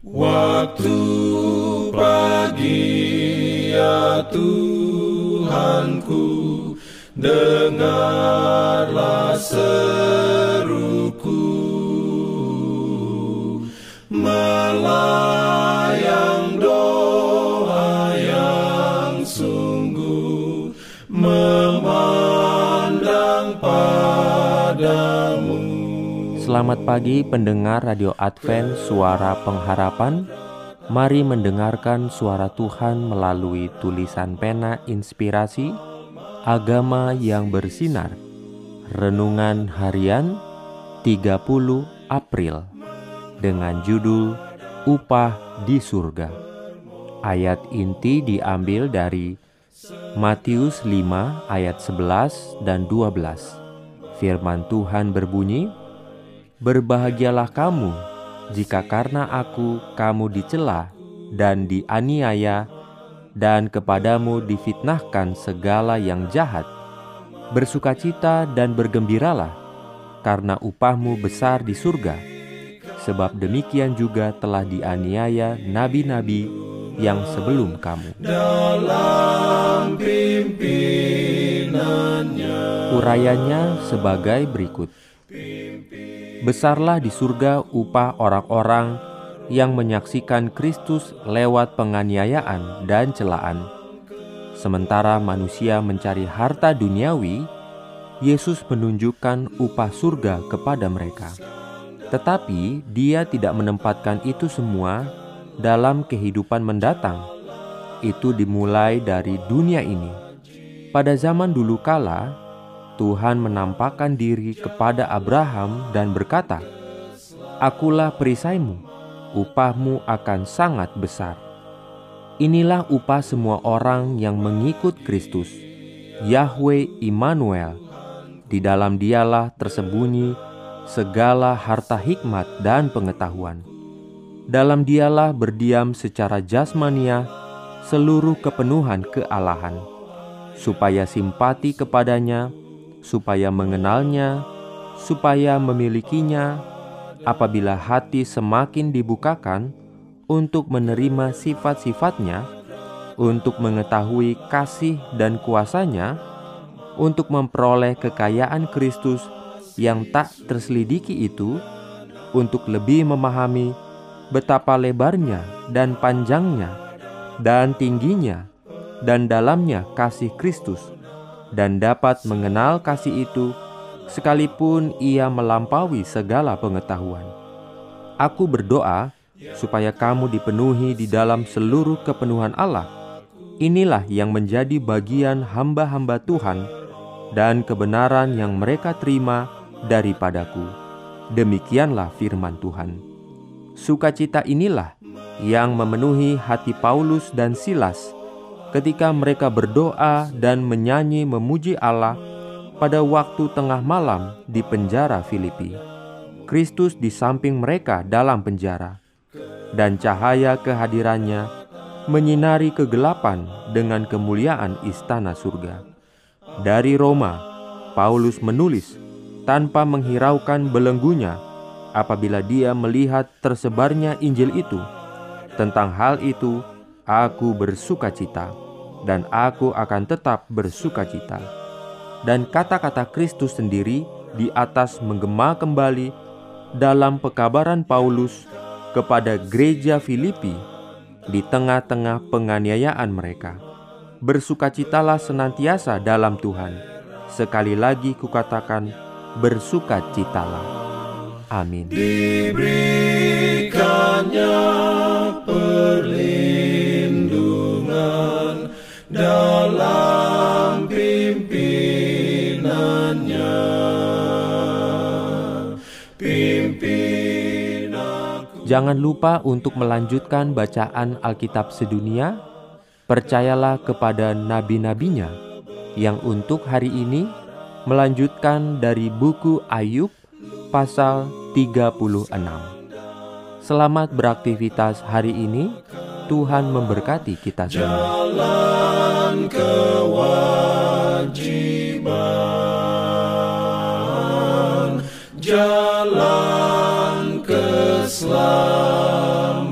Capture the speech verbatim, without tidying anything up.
Waktu pagi ya Tuhanku, dengarlah seruku, melayang doa yang sungguh, memandang padamu. Selamat pagi pendengar Radio Advent Suara Pengharapan. Mari mendengarkan suara Tuhan melalui tulisan pena inspirasi Agama yang Bersinar. Renungan harian tiga puluh April dengan judul Upah di Surga. Ayat inti diambil dari Matius lima ayat sebelas dan dua belas. Firman Tuhan berbunyi, "Berbahagialah kamu jika karena aku kamu dicela dan dianiaya, dan kepadamu difitnahkan segala yang jahat. Bersukacita dan bergembiralah, karena upahmu besar di surga. Sebab demikian juga telah dianiaya nabi-nabi yang sebelum kamu." Dalam pimpinannya. Urayanya sebagai berikut. Besarlah di surga upah orang-orang yang menyaksikan Kristus lewat penganiayaan dan celaan. Sementara manusia mencari harta duniawi, Yesus menunjukkan upah surga kepada mereka. Tetapi Dia tidak menempatkan itu semua dalam kehidupan mendatang. Itu dimulai dari dunia ini. Pada zaman dulu kala, Tuhan menampakkan diri kepada Abraham dan berkata, "Akulah perisaimu, upahmu akan sangat besar." Inilah upah semua orang yang mengikut Kristus, Yahweh Immanuel. Di dalam Dialah tersembunyi segala harta hikmat dan pengetahuan. Dalam Dialah berdiam secara jasmania seluruh kepenuhan kealahan, supaya simpati kepadanya, supaya mengenalnya, supaya memilikinya, apabila hati semakin dibukakan untuk menerima sifat-sifatnya, untuk mengetahui kasih dan kuasanya, untuk memperoleh kekayaan Kristus yang tak terselidiki itu, untuk lebih memahami betapa lebarnya dan panjangnya dan tingginya dan dalamnya kasih Kristus, dan dapat mengenal kasih itu sekalipun ia melampaui segala pengetahuan. Aku berdoa supaya kamu dipenuhi di dalam seluruh kepenuhan Allah. Inilah yang menjadi bagian hamba-hamba Tuhan dan kebenaran yang mereka terima daripadaku. Demikianlah firman Tuhan. Sukacita inilah yang memenuhi hati Paulus dan Silas ketika mereka berdoa dan menyanyi memuji Allah pada waktu tengah malam di penjara Filipi. Kristus di samping mereka dalam penjara, dan cahaya kehadirannya menyinari kegelapan dengan kemuliaan istana surga. Dari Roma, Paulus menulis tanpa menghiraukan belenggunya apabila dia melihat tersebarnya Injil itu. Tentang hal itu, aku bersukacita, dan aku akan tetap bersukacita. Dan kata-kata Kristus sendiri di atas menggema kembali dalam pekabaran Paulus kepada gereja Filipi di tengah-tengah penganiayaan mereka. Bersukacitalah senantiasa dalam Tuhan. Sekali lagi kukatakan, bersukacitalah. Amin. Diberikannya perlindungan dalam pimpinannya. Pimpin aku. Jangan lupa untuk melanjutkan bacaan Alkitab sedunia. Percayalah kepada nabi-nabinya yang untuk hari ini melanjutkan dari buku Ayub pasal tiga puluh enam. Selamat beraktivitas hari ini. Tuhan memberkati kita semua. Jalan kewajiban, jalan keselamatan.